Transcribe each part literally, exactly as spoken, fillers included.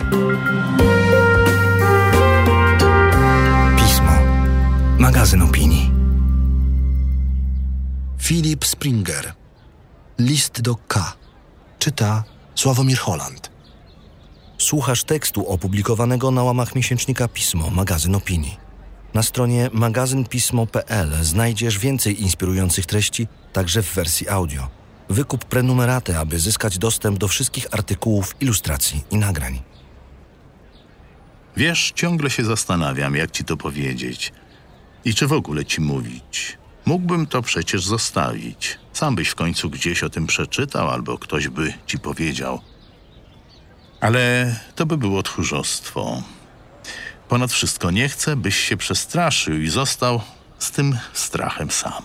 Pismo. Magazyn opinii. Filip Springer. List do K. Czyta Sławomir Holland. Słuchasz tekstu opublikowanego na łamach miesięcznika Pismo, magazyn opinii. Na stronie magazyn pismo kropka p l znajdziesz więcej inspirujących treści, także w wersji audio. Wykup prenumeraty, aby zyskać dostęp do wszystkich artykułów, ilustracji i nagrań. Wiesz, ciągle się zastanawiam, jak ci to powiedzieć i czy w ogóle ci mówić. Mógłbym to przecież zostawić. Sam byś w końcu gdzieś o tym przeczytał albo ktoś by ci powiedział. Ale to by było tchórzostwo. Ponad wszystko nie chcę, byś się przestraszył i został z tym strachem sam.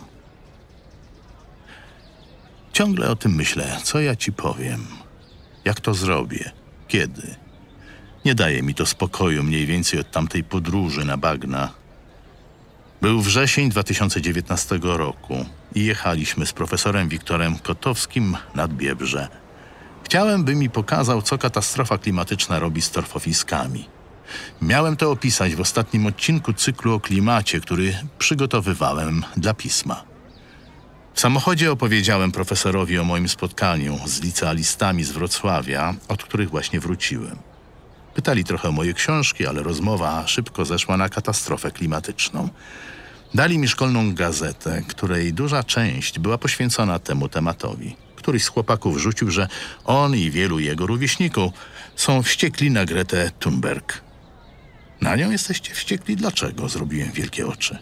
Ciągle o tym myślę, co ja ci powiem, jak to zrobię, kiedy. Nie daje mi to spokoju mniej więcej od tamtej podróży na bagna. Był wrzesień dwa tysiące dziewiętnastego roku i jechaliśmy z profesorem Wiktorem Kotowskim nad Biebrze. Chciałem, by mi pokazał, co katastrofa klimatyczna robi z torfowiskami. Miałem to opisać w ostatnim odcinku cyklu o klimacie, który przygotowywałem dla pisma. W samochodzie opowiedziałem profesorowi o moim spotkaniu z licealistami z Wrocławia, od których właśnie wróciłem. Pytali trochę o moje książki, ale rozmowa szybko zeszła na katastrofę klimatyczną. Dali mi szkolną gazetę, której duża część była poświęcona temu tematowi. Któryś z chłopaków rzucił, że on i wielu jego rówieśników są wściekli na Gretę Thunberg. Na nią jesteście wściekli? Dlaczego? Zrobiłem wielkie oczy.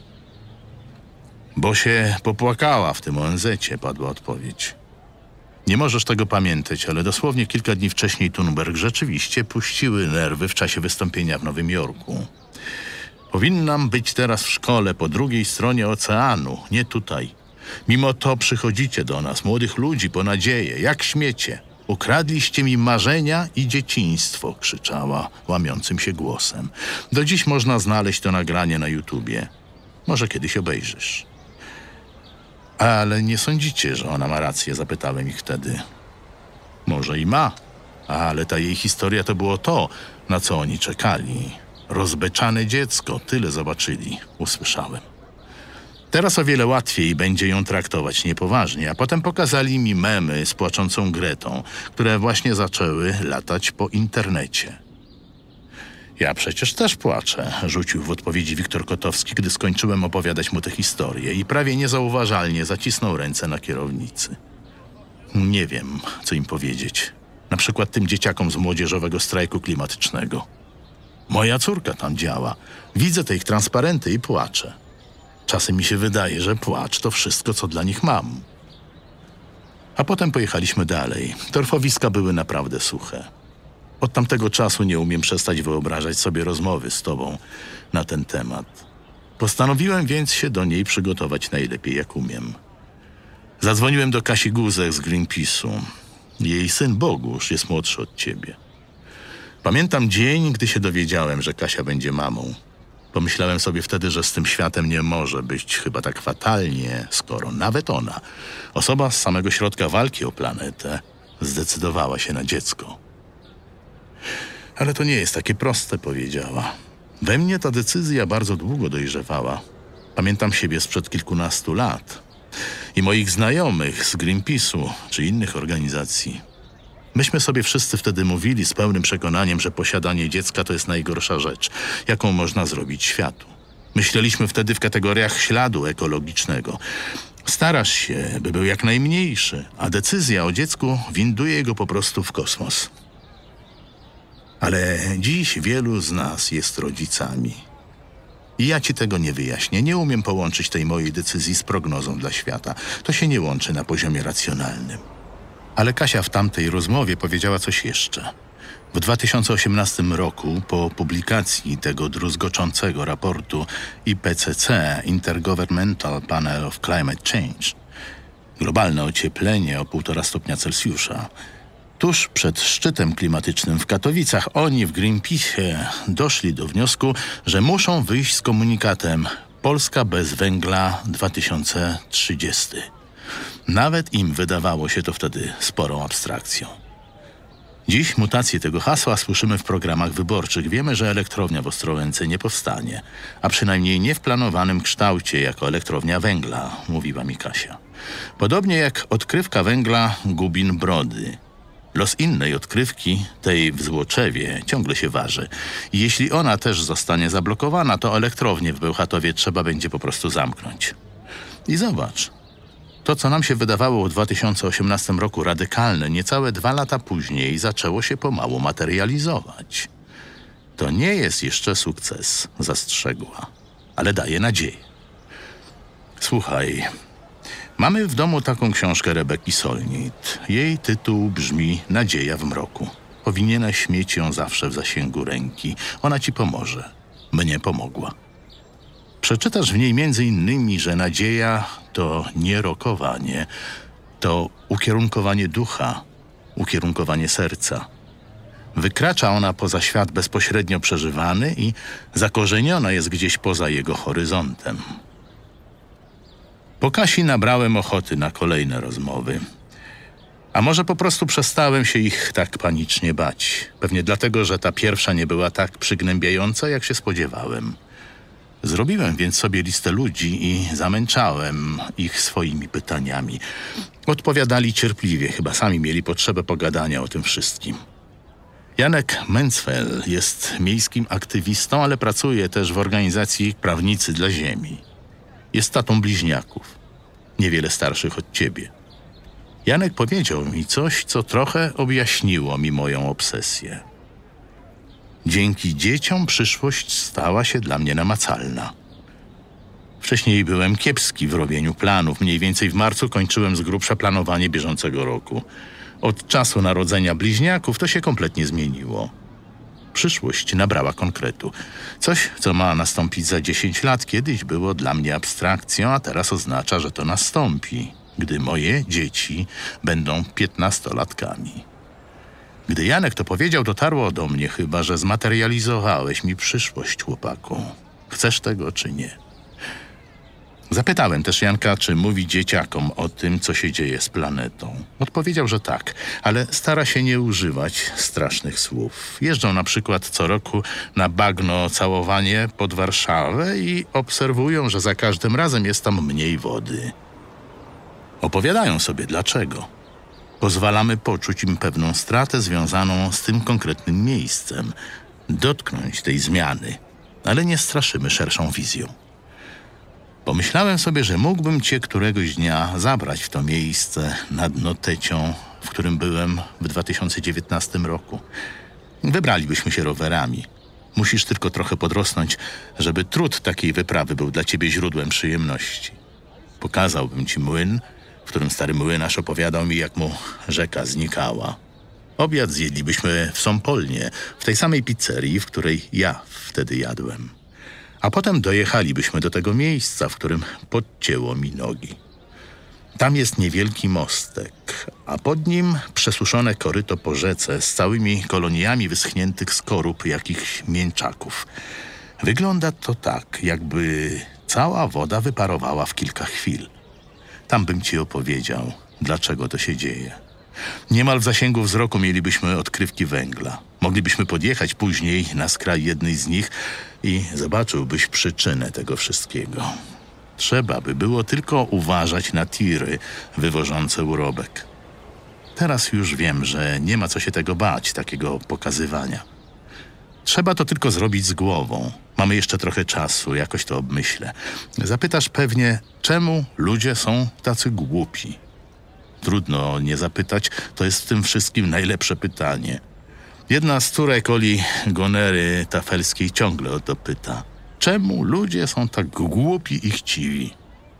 Bo się popłakała w tym O N Z-cie, padła odpowiedź. Nie możesz tego pamiętać, ale dosłownie kilka dni wcześniej Thunberg rzeczywiście puściły nerwy w czasie wystąpienia w Nowym Jorku. Powinnam być teraz w szkole po drugiej stronie oceanu, nie tutaj. Mimo to przychodzicie do nas, młodych ludzi, po nadzieję. Jak śmiecie? Ukradliście mi marzenia i dzieciństwo, krzyczała łamiącym się głosem. Do dziś można znaleźć to nagranie na YouTubie. Może kiedyś obejrzysz. Ale nie sądzicie, że ona ma rację, zapytałem ich wtedy. Może i ma, ale ta jej historia to było to, na co oni czekali. Rozbeczane dziecko, tyle zobaczyli, usłyszałem. Teraz o wiele łatwiej będzie ją traktować niepoważnie, a potem pokazali mi memy z płaczącą Gretą, które właśnie zaczęły latać po internecie. Ja przecież też płaczę, rzucił w odpowiedzi Wiktor Kotowski, gdy skończyłem opowiadać mu tę historię i prawie niezauważalnie zacisnął ręce na kierownicy. Nie wiem, co im powiedzieć. Na przykład tym dzieciakom z młodzieżowego strajku klimatycznego. Moja córka tam działa. Widzę te ich transparenty i płaczę. Czasem mi się wydaje, że płacz to wszystko, co dla nich mam. A potem pojechaliśmy dalej. Torfowiska były naprawdę suche. Od tamtego czasu nie umiem przestać wyobrażać sobie rozmowy z tobą na ten temat. Postanowiłem więc się do niej przygotować najlepiej, jak umiem. Zadzwoniłem do Kasi Guzek z Greenpeace'u. Jej syn Bogusz jest młodszy od ciebie. Pamiętam dzień, gdy się dowiedziałem, że Kasia będzie mamą. Pomyślałem sobie wtedy, że z tym światem nie może być chyba tak fatalnie, skoro nawet ona, osoba z samego środka walki o planetę, zdecydowała się na dziecko. Ale to nie jest takie proste, powiedziała. We mnie ta decyzja bardzo długo dojrzewała. Pamiętam siebie sprzed kilkunastu lat i moich znajomych z Greenpeace'u czy innych organizacji. Myśmy sobie wszyscy wtedy mówili z pełnym przekonaniem, że posiadanie dziecka to jest najgorsza rzecz, jaką można zrobić światu. Myśleliśmy wtedy w kategoriach śladu ekologicznego. Starasz się, by był jak najmniejszy, a decyzja o dziecku winduje go po prostu w kosmos. Ale dziś wielu z nas jest rodzicami. I ja ci tego nie wyjaśnię. Nie umiem połączyć tej mojej decyzji z prognozą dla świata. To się nie łączy na poziomie racjonalnym. Ale Kasia w tamtej rozmowie powiedziała coś jeszcze. W dwa tysiące osiemnastym roku, po publikacji tego druzgoczącego raportu I P C C, Intergovernmental Panel of Climate Change, globalne ocieplenie o półtora stopnia Celsjusza, tuż przed szczytem klimatycznym w Katowicach, oni w Greenpeace doszli do wniosku, że muszą wyjść z komunikatem Polska bez węgla dwa tysiące trzydziesty. Nawet im wydawało się to wtedy sporą abstrakcją. Dziś mutację tego hasła słyszymy w programach wyborczych. Wiemy, że elektrownia w Ostrołęce nie powstanie, a przynajmniej nie w planowanym kształcie jako elektrownia węgla, mówiła mi Kasia. Podobnie jak odkrywka węgla Gubin-Brody. Los innej odkrywki, tej w Złoczewie, ciągle się waży. I jeśli ona też zostanie zablokowana, to elektrownię w Bełchatowie trzeba będzie po prostu zamknąć. I zobacz, to co nam się wydawało w dwa tysiące osiemnastym roku radykalne, niecałe dwa lata później zaczęło się pomału materializować. To nie jest jeszcze sukces, zastrzegła, ale daje nadzieję. Słuchaj, mamy w domu taką książkę Rebeki Solnit. Jej tytuł brzmi Nadzieja w mroku. Powinieneś mieć ją zawsze w zasięgu ręki. Ona ci pomoże. Mnie pomogła. Przeczytasz w niej między innymi, że nadzieja to nie rokowanie, to ukierunkowanie ducha, ukierunkowanie serca. Wykracza ona poza świat bezpośrednio przeżywany i zakorzeniona jest gdzieś poza jego horyzontem. Po Kasi nabrałem ochoty na kolejne rozmowy. A może po prostu przestałem się ich tak panicznie bać. Pewnie dlatego, że ta pierwsza nie była tak przygnębiająca, jak się spodziewałem. Zrobiłem więc sobie listę ludzi i zamęczałem ich swoimi pytaniami. Odpowiadali cierpliwie, chyba sami mieli potrzebę pogadania o tym wszystkim. Janek Mencfel jest miejskim aktywistą, ale pracuje też w organizacji Prawnicy dla Ziemi. Jest tatą bliźniaków, niewiele starszych od ciebie. Janek powiedział mi coś, co trochę objaśniło mi moją obsesję. Dzięki dzieciom przyszłość stała się dla mnie namacalna. Wcześniej byłem kiepski w robieniu planów. Mniej więcej w marcu kończyłem z grubsza planowanie bieżącego roku. Od czasu narodzenia bliźniaków to się kompletnie zmieniło. Przyszłość nabrała konkretu. Coś, co ma nastąpić za dziesięć lat, kiedyś było dla mnie abstrakcją, a teraz oznacza, że to nastąpi, gdy moje dzieci będą piętnastolatkami. Gdy Janek to powiedział, dotarło do mnie chyba, że zmaterializowałeś mi przyszłość, chłopaku. Chcesz tego, czy nie? Zapytałem też Janka, czy mówi dzieciakom o tym, co się dzieje z planetą. Odpowiedział, że tak, ale stara się nie używać strasznych słów. Jeżdżą na przykład co roku na bagno całowanie pod Warszawę i obserwują, że za każdym razem jest tam mniej wody. Opowiadają sobie dlaczego. Pozwalamy poczuć im pewną stratę związaną z tym konkretnym miejscem, dotknąć tej zmiany, ale nie straszymy szerszą wizją. Pomyślałem sobie, że mógłbym cię któregoś dnia zabrać w to miejsce nad Notecią, w którym byłem w dwa tysiące dziewiętnastym roku. Wybralibyśmy się rowerami. Musisz tylko trochę podrosnąć, żeby trud takiej wyprawy był dla ciebie źródłem przyjemności. Pokazałbym ci młyn, w którym stary młynarz opowiadał mi, jak mu rzeka znikała. Obiad zjedlibyśmy w Sąpolnie, w tej samej pizzerii, w której ja wtedy jadłem. A potem dojechalibyśmy do tego miejsca, w którym podcięło mi nogi. Tam jest niewielki mostek, a pod nim przesuszone koryto po rzece z całymi koloniami wyschniętych skorup jakichś mięczaków. Wygląda to tak, jakby cała woda wyparowała w kilka chwil. Tam bym ci opowiedział, dlaczego to się dzieje. Niemal w zasięgu wzroku mielibyśmy odkrywki węgla. Moglibyśmy podjechać później na skraj jednej z nich i zobaczyłbyś przyczynę tego wszystkiego. Trzeba by było tylko uważać na tiry wywożące urobek. Teraz już wiem, że nie ma co się tego bać, takiego pokazywania. Trzeba to tylko zrobić z głową. Mamy jeszcze trochę czasu, jakoś to obmyślę. Zapytasz pewnie, czemu ludzie są tacy głupi? Trudno nie zapytać, to jest w tym wszystkim najlepsze pytanie. Jedna z córek Oli Gonery Tafelskiej ciągle o to pyta. Czemu ludzie są tak głupi i chciwi?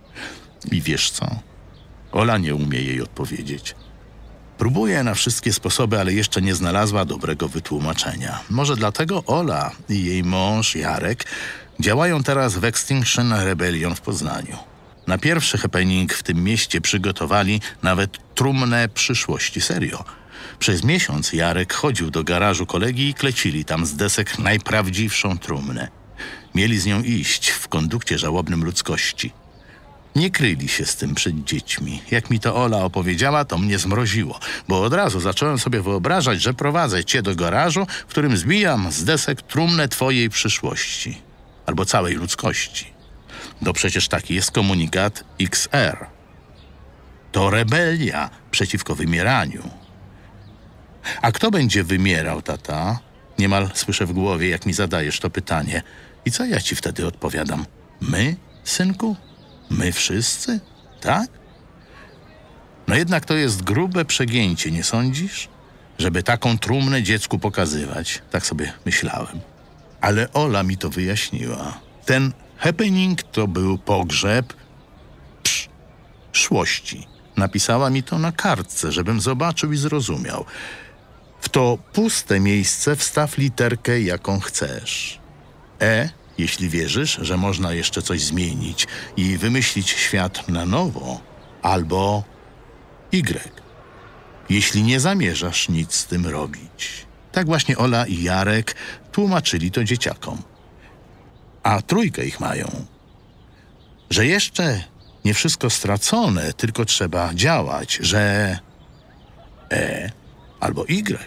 I wiesz co? Ola nie umie jej odpowiedzieć. Próbuje na wszystkie sposoby, ale jeszcze nie znalazła dobrego wytłumaczenia. Może dlatego Ola i jej mąż Jarek działają teraz w Extinction Rebellion w Poznaniu. Na pierwszy happening w tym mieście przygotowali nawet trumnę przyszłości, serio. Przez miesiąc Jarek chodził do garażu kolegi i klecili tam z desek najprawdziwszą trumnę. Mieli z nią iść w kondukcie żałobnym ludzkości. Nie kryli się z tym przed dziećmi. Jak mi to Ola opowiedziała, to mnie zmroziło, bo od razu zacząłem sobie wyobrażać, że prowadzę cię do garażu, w którym zbijam z desek trumnę twojej przyszłości. Albo całej ludzkości. No przecież taki jest komunikat X R. To rebelia przeciwko wymieraniu. A kto będzie wymierał, tata? Niemal słyszę w głowie, jak mi zadajesz to pytanie. I co ja ci wtedy odpowiadam? My, synku? My wszyscy? Tak? No jednak to jest grube przegięcie, nie sądzisz? Żeby taką trumnę dziecku pokazywać. Tak sobie myślałem. Ale Ola mi to wyjaśniła. Ten happening to był pogrzeb psz, szłości. Napisała mi to na kartce, żebym zobaczył i zrozumiał. W to puste miejsce wstaw literkę, jaką chcesz. E, jeśli wierzysz, że można jeszcze coś zmienić i wymyślić świat na nowo. Albo Y, jeśli nie zamierzasz nic z tym robić. Tak właśnie Ola i Jarek tłumaczyli to dzieciakom. A trójkę ich mają. Że jeszcze nie wszystko stracone, tylko trzeba działać, że E albo Y.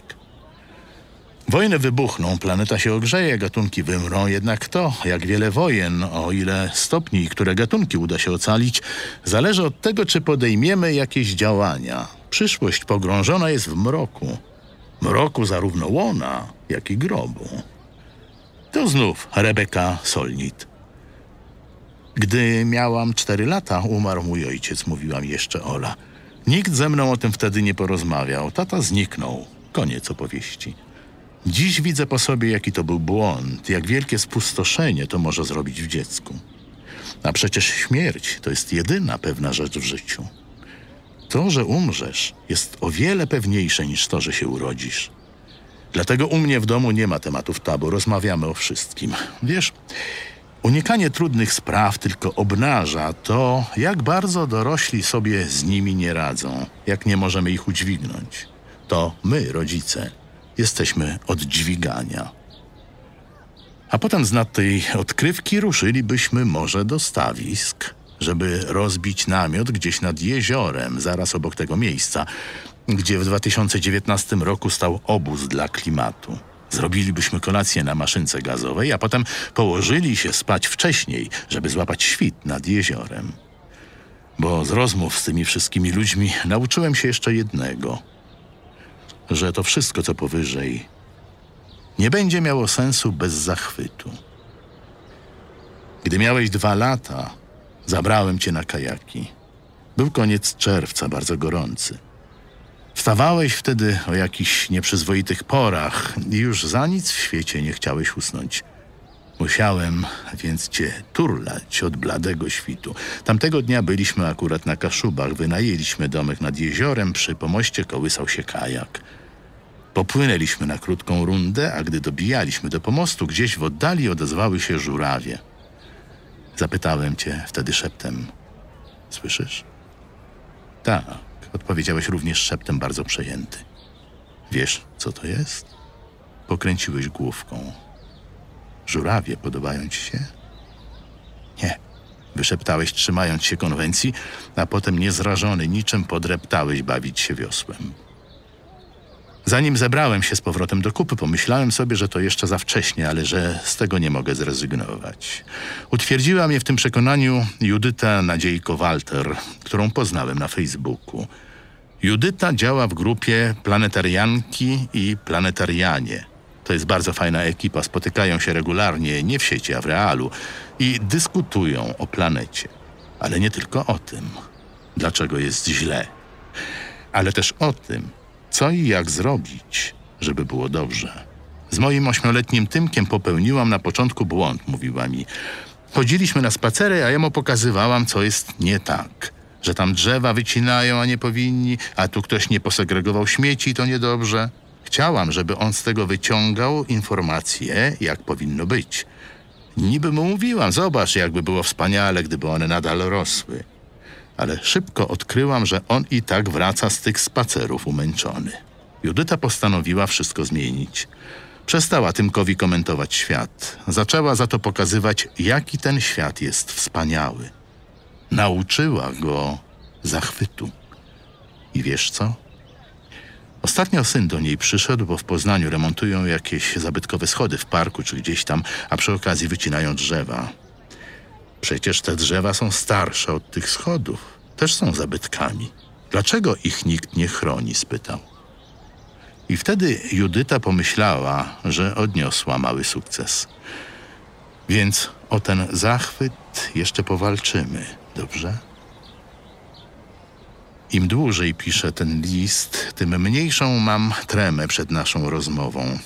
Wojny wybuchną, planeta się ogrzeje, gatunki wymrą, jednak to, jak wiele wojen, o ile stopni i które gatunki uda się ocalić, zależy od tego, czy podejmiemy jakieś działania. Przyszłość pogrążona jest w mroku. Mroku zarówno łona, jak i grobu. To znów Rebeka Solnit. Gdy miałam cztery lata, umarł mój ojciec, mówiła mi jeszcze Ola. Nikt ze mną o tym wtedy nie porozmawiał. Tata zniknął. Koniec opowieści. Dziś widzę po sobie, jaki to był błąd, jak wielkie spustoszenie to może zrobić w dziecku. A przecież śmierć to jest jedyna pewna rzecz w życiu. To, że umrzesz, jest o wiele pewniejsze niż to, że się urodzisz. Dlatego u mnie w domu nie ma tematów tabu, rozmawiamy o wszystkim. Wiesz, unikanie trudnych spraw tylko obnaża to, jak bardzo dorośli sobie z nimi nie radzą, jak nie możemy ich udźwignąć. To my, rodzice, jesteśmy od dźwigania. A potem z nad tej odkrywki ruszylibyśmy może do stawisk, żeby rozbić namiot gdzieś nad jeziorem, zaraz obok tego miejsca, gdzie w dwa tysiące dziewiętnastym roku stał obóz dla klimatu. Zrobilibyśmy kolację na maszynce gazowej, a potem położyli się spać wcześniej, żeby złapać świt nad jeziorem. Bo z rozmów z tymi wszystkimi ludźmi nauczyłem się jeszcze jednego, że to wszystko, co powyżej, nie będzie miało sensu bez zachwytu. Gdy miałeś dwa lata, zabrałem cię na kajaki. Był koniec czerwca, bardzo gorący. Wstawałeś wtedy o jakichś nieprzyzwoitych porach i już za nic w świecie nie chciałeś usnąć. Musiałem więc cię turlać od bladego świtu. Tamtego dnia byliśmy akurat na Kaszubach, wynajęliśmy domek nad jeziorem, przy pomoście kołysał się kajak. Popłynęliśmy na krótką rundę, a gdy dobijaliśmy do pomostu, gdzieś w oddali odezwały się żurawie. Zapytałem cię wtedy szeptem. Słyszysz? Tak, odpowiedziałeś również szeptem bardzo przejęty. Wiesz, co to jest? Pokręciłeś główką. Żurawie podobają ci się? Nie, wyszeptałeś, trzymając się konwencji, a potem niezrażony niczym podreptałeś bawić się wiosłem. Zanim zebrałem się z powrotem do kupy, pomyślałem sobie, że to jeszcze za wcześnie, ale że z tego nie mogę zrezygnować. Utwierdziła mnie w tym przekonaniu Judyta Nadziejko-Walter, którą poznałem na Facebooku. Judyta działa w grupie Planetarianki i Planetarianie. To jest bardzo fajna ekipa, spotykają się regularnie, nie w sieci, a w realu i dyskutują o planecie. Ale nie tylko o tym, dlaczego jest źle, ale też o tym, co i jak zrobić, żeby było dobrze. Z moim ośmioletnim Tymkiem popełniłam na początku błąd, mówiła mi. Chodziliśmy na spacery, a ja mu pokazywałam, co jest nie tak. Że tam drzewa wycinają, a nie powinni, a tu ktoś nie posegregował śmieci, to niedobrze. Chciałam, żeby on z tego wyciągał informacje, jak powinno być. Niby mu mówiłam, zobacz, jakby było wspaniale, gdyby one nadal rosły. Ale szybko odkryłam, że on i tak wraca z tych spacerów umęczony. Judyta postanowiła wszystko zmienić. Przestała Tymkowi komentować świat. Zaczęła za to pokazywać, jaki ten świat jest wspaniały. nauczyła go zachwytu. I wiesz co? Ostatnio syn do niej przyszedł, bo w Poznaniu remontują jakieś zabytkowe schody w parku czy gdzieś tam, a przy okazji wycinają drzewa. Przecież te drzewa są starsze od tych schodów. Też są zabytkami. Dlaczego ich nikt nie chroni? Spytał. I wtedy Judyta pomyślała, że odniosła mały sukces. Więc o ten zachwyt jeszcze powalczymy, dobrze? Im dłużej piszę ten list, tym mniejszą mam tremę przed naszą rozmową.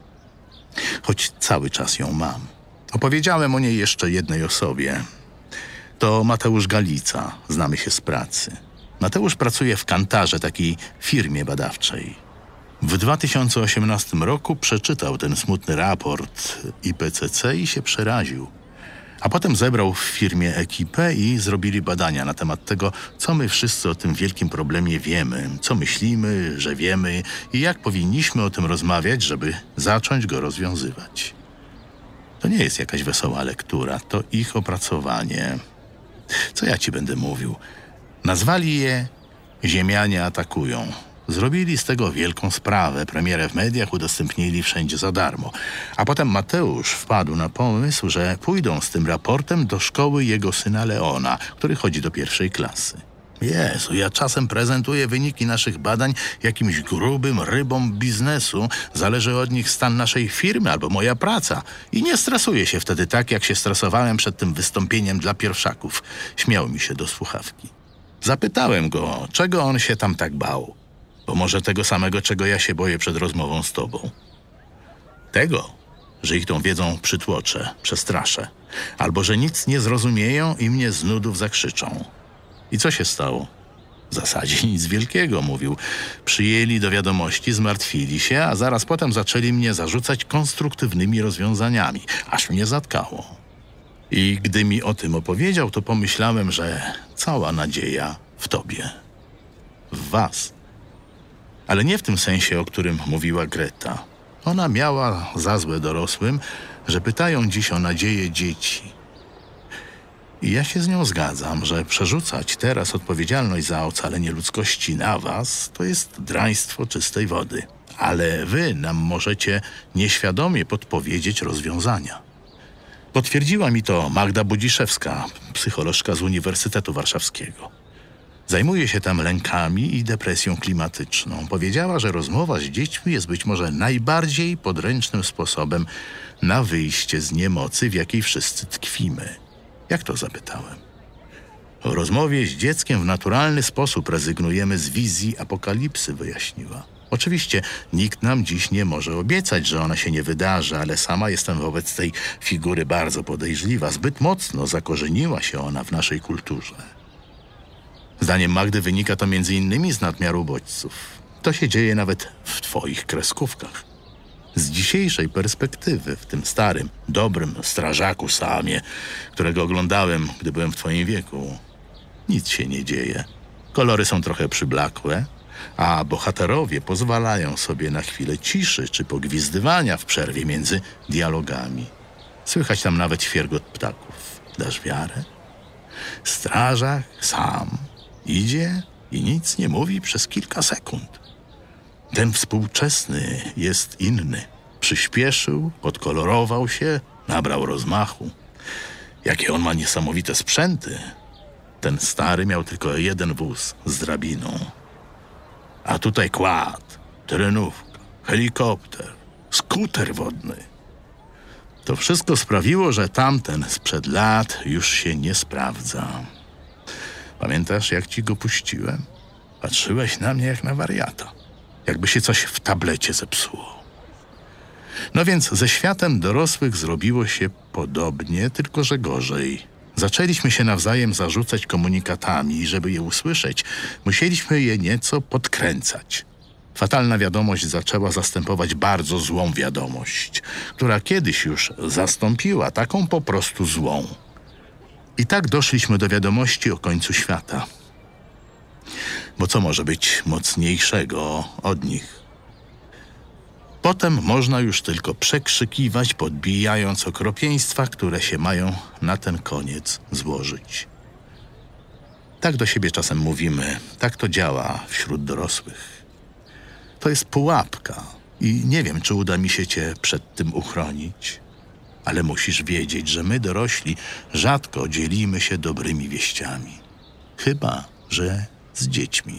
Choć cały czas ją mam. Opowiedziałem o niej jeszcze jednej osobie. To Mateusz Galica, znamy się z pracy. Mateusz pracuje w Kantarze, takiej firmie badawczej. W dwa tysiące osiemnastym roku przeczytał ten smutny raport I P C C i się przeraził. A potem zebrał w firmie ekipę i zrobili badania na temat tego, co my wszyscy o tym wielkim problemie wiemy, co myślimy, że wiemy i jak powinniśmy o tym rozmawiać, żeby zacząć go rozwiązywać. To nie jest jakaś wesoła lektura, to ich opracowanie. Co ja ci będę mówił? Nazwali je Ziemianie atakują. Zrobili z tego wielką sprawę, premierę w mediach udostępnili wszędzie za darmo. A potem Mateusz wpadł na pomysł, że pójdą z tym raportem do szkoły jego syna Leona, który chodzi do pierwszej klasy. Jezu, ja czasem prezentuję wyniki naszych badań jakimś grubym rybom biznesu. Zależy od nich stan naszej firmy albo moja praca. I nie stresuję się wtedy tak, jak się stresowałem przed tym wystąpieniem dla pierwszaków. Śmiał mi się do słuchawki. Zapytałem go, czego on się tam tak bał. Bo może tego samego, czego ja się boję przed rozmową z tobą. Tego, że ich tą wiedzą przytłoczę, przestraszę. Albo że nic nie zrozumieją i mnie z nudów zakrzyczą. I co się stało? W zasadzie nic wielkiego, mówił. Przyjęli do wiadomości, zmartwili się, a zaraz potem zaczęli mnie zarzucać konstruktywnymi rozwiązaniami. Aż mnie zatkało. I gdy mi o tym opowiedział, to pomyślałem, że cała nadzieja w tobie. W was. Ale nie w tym sensie, o którym mówiła Greta. Ona miała za złe dorosłym, że pytają dziś o nadzieję dzieci. I ja się z nią zgadzam, że przerzucać teraz odpowiedzialność za ocalenie ludzkości na was to jest draństwo czystej wody. Ale wy nam możecie nieświadomie podpowiedzieć rozwiązania. Potwierdziła mi to Magda Budziszewska, psycholożka z Uniwersytetu Warszawskiego. Zajmuje się tam lękami i depresją klimatyczną. Powiedziała, że rozmowa z dziećmi jest być może najbardziej podręcznym sposobem na wyjście z niemocy, w jakiej wszyscy tkwimy. Jak to zapytałem? O rozmowie z dzieckiem w naturalny sposób rezygnujemy z wizji apokalipsy, wyjaśniła. Oczywiście nikt nam dziś nie może obiecać, że ona się nie wydarzy, ale sama jestem wobec tej figury bardzo podejrzliwa. Zbyt mocno zakorzeniła się ona w naszej kulturze. Zdaniem Magdy wynika to między innymi z nadmiaru bodźców. To się dzieje nawet w twoich kreskówkach. Z dzisiejszej perspektywy, w tym starym, dobrym strażaku Samie, którego oglądałem, gdy byłem w twoim wieku, nic się nie dzieje. Kolory są trochę przyblakłe, a bohaterowie pozwalają sobie na chwilę ciszy czy pogwizdywania w przerwie między dialogami. Słychać tam nawet świergot ptaków. Dasz wiarę? Strażak Sam idzie i nic nie mówi przez kilka sekund. Ten współczesny jest inny. Przyspieszył, podkolorował się, nabrał rozmachu. Jakie on ma niesamowite sprzęty. Ten stary miał tylko jeden wóz z drabiną. A tutaj quad, terenówka, helikopter, skuter wodny. To wszystko sprawiło, że tamten sprzed lat już się nie sprawdza. Pamiętasz, jak ci go puściłem? Patrzyłeś na mnie jak na wariata. Jakby się coś w tablecie zepsuło. No więc ze światem dorosłych zrobiło się podobnie, tylko że gorzej. Zaczęliśmy się nawzajem zarzucać komunikatami i żeby je usłyszeć, musieliśmy je nieco podkręcać. Fatalna wiadomość zaczęła zastępować bardzo złą wiadomość, która kiedyś już zastąpiła taką po prostu złą. I tak doszliśmy do wiadomości o końcu świata. Bo co może być mocniejszego od nich? Potem można już tylko przekrzykiwać, podbijając okropieństwa, które się mają na ten koniec złożyć. Tak do siebie czasem mówimy, tak to działa wśród dorosłych. To jest pułapka i nie wiem, czy uda mi się cię przed tym uchronić, ale musisz wiedzieć, że my dorośli rzadko dzielimy się dobrymi wieściami. Chyba że z dziećmi.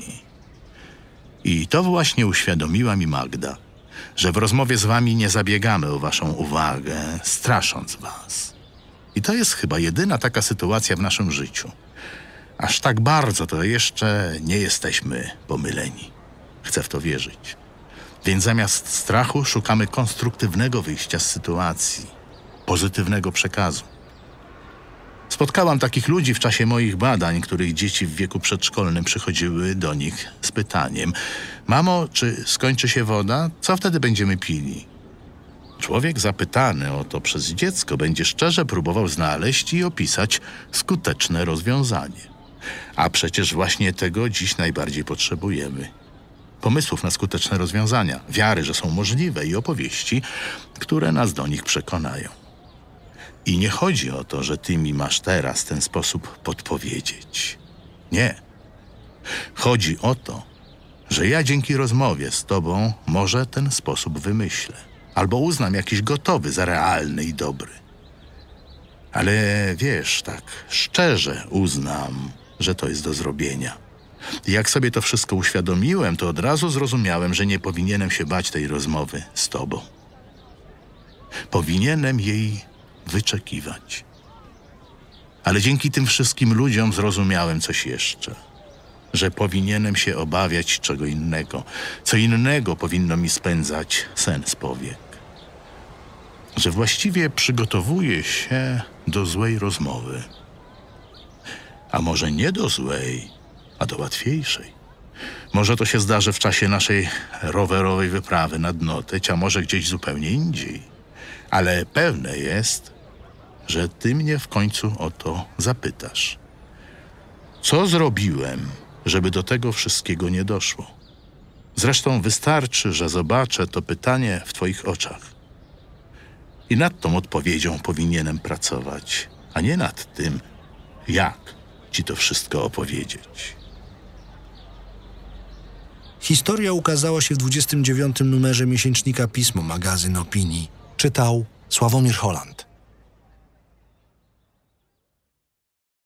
I to właśnie uświadomiła mi Magda, że w rozmowie z wami nie zabiegamy o waszą uwagę, strasząc was. I to jest chyba jedyna taka sytuacja w naszym życiu. Aż tak bardzo to jeszcze nie jesteśmy pomyleni. Chcę w to wierzyć. Więc zamiast strachu szukamy konstruktywnego wyjścia z sytuacji, pozytywnego przekazu. Spotkałam takich ludzi w czasie moich badań, których dzieci w wieku przedszkolnym przychodziły do nich z pytaniem: mamo, czy skończy się woda? Co wtedy będziemy pili? Człowiek zapytany o to przez dziecko będzie szczerze próbował znaleźć i opisać skuteczne rozwiązanie. A przecież właśnie tego dziś najbardziej potrzebujemy. Pomysłów na skuteczne rozwiązania, wiary, że są możliwe i opowieści, które nas do nich przekonają. I nie chodzi o to, że ty mi masz teraz ten sposób podpowiedzieć. Nie. Chodzi o to, że ja dzięki rozmowie z tobą może ten sposób wymyślę. Albo uznam jakiś gotowy za realny i dobry. Ale wiesz, tak szczerze uznam, że to jest do zrobienia. I jak sobie to wszystko uświadomiłem, to od razu zrozumiałem, że nie powinienem się bać tej rozmowy z tobą. Powinienem jej wyczekiwać. Ale dzięki tym wszystkim ludziom zrozumiałem coś jeszcze. Że powinienem się obawiać czego innego. Co innego powinno mi spędzać sen z powiek. Że właściwie przygotowuję się do złej rozmowy. A może nie do złej, a do łatwiejszej. Może to się zdarzy w czasie naszej rowerowej wyprawy nad Noteć, a może gdzieś zupełnie indziej. Ale pewne jest, że ty mnie w końcu o to zapytasz. Co zrobiłem, żeby do tego wszystkiego nie doszło? Zresztą wystarczy, że zobaczę to pytanie w twoich oczach. I nad tą odpowiedzią powinienem pracować, a nie nad tym, jak ci to wszystko opowiedzieć. Historia ukazała się w dwudziestym dziewiątym numerze miesięcznika Pismo, magazyn opinii. Czytał Sławomir Holland.